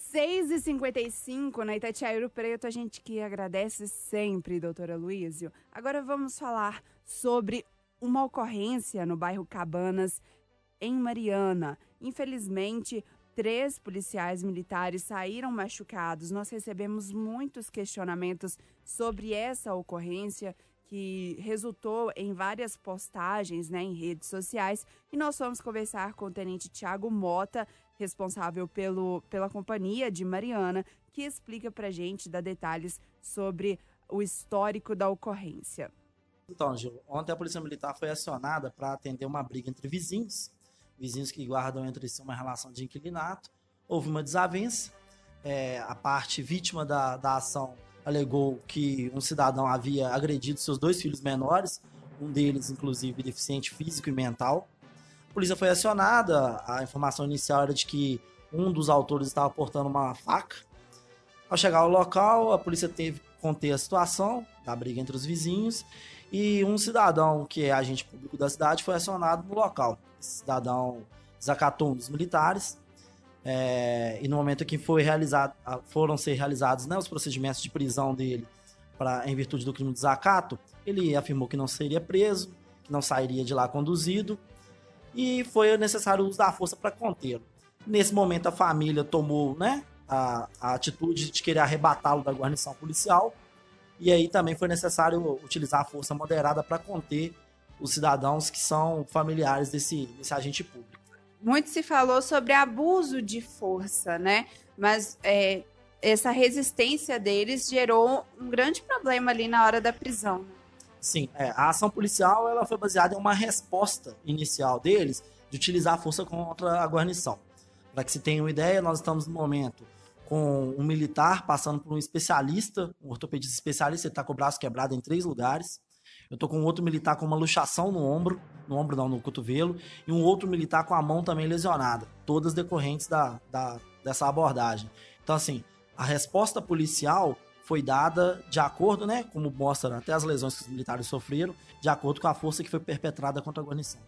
6h55 na Itatiaia Ouro Preto, a gente que agradece sempre, doutora Luísio. Agora vamos falar sobre uma ocorrência no bairro Cabanas, em Mariana. Infelizmente, 3 policiais militares saíram machucados. Nós recebemos muitos questionamentos sobre essa ocorrência, que resultou em várias postagens, em redes sociais. E nós vamos conversar com o tenente Tiago Mota, responsável pela companhia de Mariana, que explica pra gente, dá detalhes sobre o histórico da ocorrência. Então, Gil, ontem a Polícia Militar foi acionada para atender uma briga entre vizinhos que guardam entre si uma relação de inquilinato. Houve uma desavença, a parte vítima da ação alegou que um cidadão havia agredido seus 2 filhos menores, um deles, inclusive, deficiente físico e mental. A polícia foi acionada, a informação inicial era de que um dos autores estava portando uma faca. Ao chegar ao local, a polícia teve que conter a situação da briga entre os vizinhos e um cidadão, que é agente público da cidade, foi acionado no local. Esse cidadão desacatou um dos militares, e no momento que foram ser realizados os procedimentos de prisão dele em virtude do crime de desacato, ele afirmou que não seria preso, que não sairia de lá conduzido, e foi necessário o uso da força para contê-lo. Nesse momento, a família tomou a atitude de querer arrebatá-lo da guarnição policial, e aí também foi necessário utilizar a força moderada para conter os cidadãos que são familiares desse agente público. Muito se falou sobre abuso de força, Mas essa resistência deles gerou um grande problema ali na hora da prisão. Sim, a ação policial ela foi baseada em uma resposta inicial deles de utilizar a força contra a guarnição. Para que se tenha uma ideia, nós estamos no momento com um militar passando por um especialista, um ortopedista especialista, ele está com o braço quebrado em 3 lugares. Eu estou com outro militar com uma luxação no cotovelo, e um outro militar com a mão também lesionada, todas decorrentes dessa abordagem. Então, assim, a resposta policial foi dada de acordo, como mostra até as lesões que os militares sofreram, de acordo com a força que foi perpetrada contra a guarnição.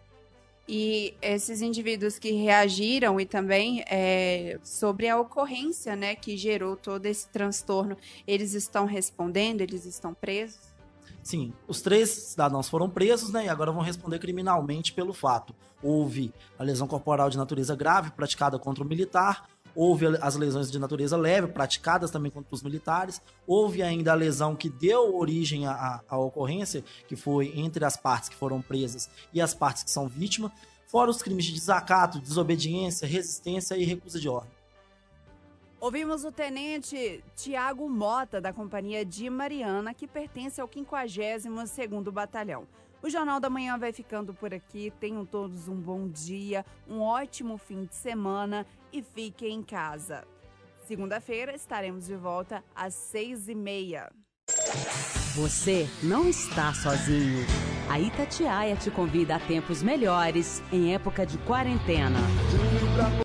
E esses indivíduos que reagiram e também sobre a ocorrência, que gerou todo esse transtorno, eles estão respondendo, eles estão presos? Sim, os 3 cidadãos foram presos, e agora vão responder criminalmente pelo fato. Houve a lesão corporal de natureza grave praticada contra o militar, houve as lesões de natureza leve praticadas também contra os militares, houve ainda a lesão que deu origem à ocorrência, que foi entre as partes que foram presas e as partes que são vítimas, fora os crimes de desacato, desobediência, resistência e recusa de ordem. Ouvimos o tenente Tiago Mota, da companhia de Mariana, que pertence ao 52º Batalhão. O Jornal da Manhã vai ficando por aqui. Tenham todos um bom dia, um ótimo fim de semana e fiquem em casa. Segunda-feira estaremos de volta às 6h30. Você não está sozinho. A Itatiaia te convida a tempos melhores em época de quarentena.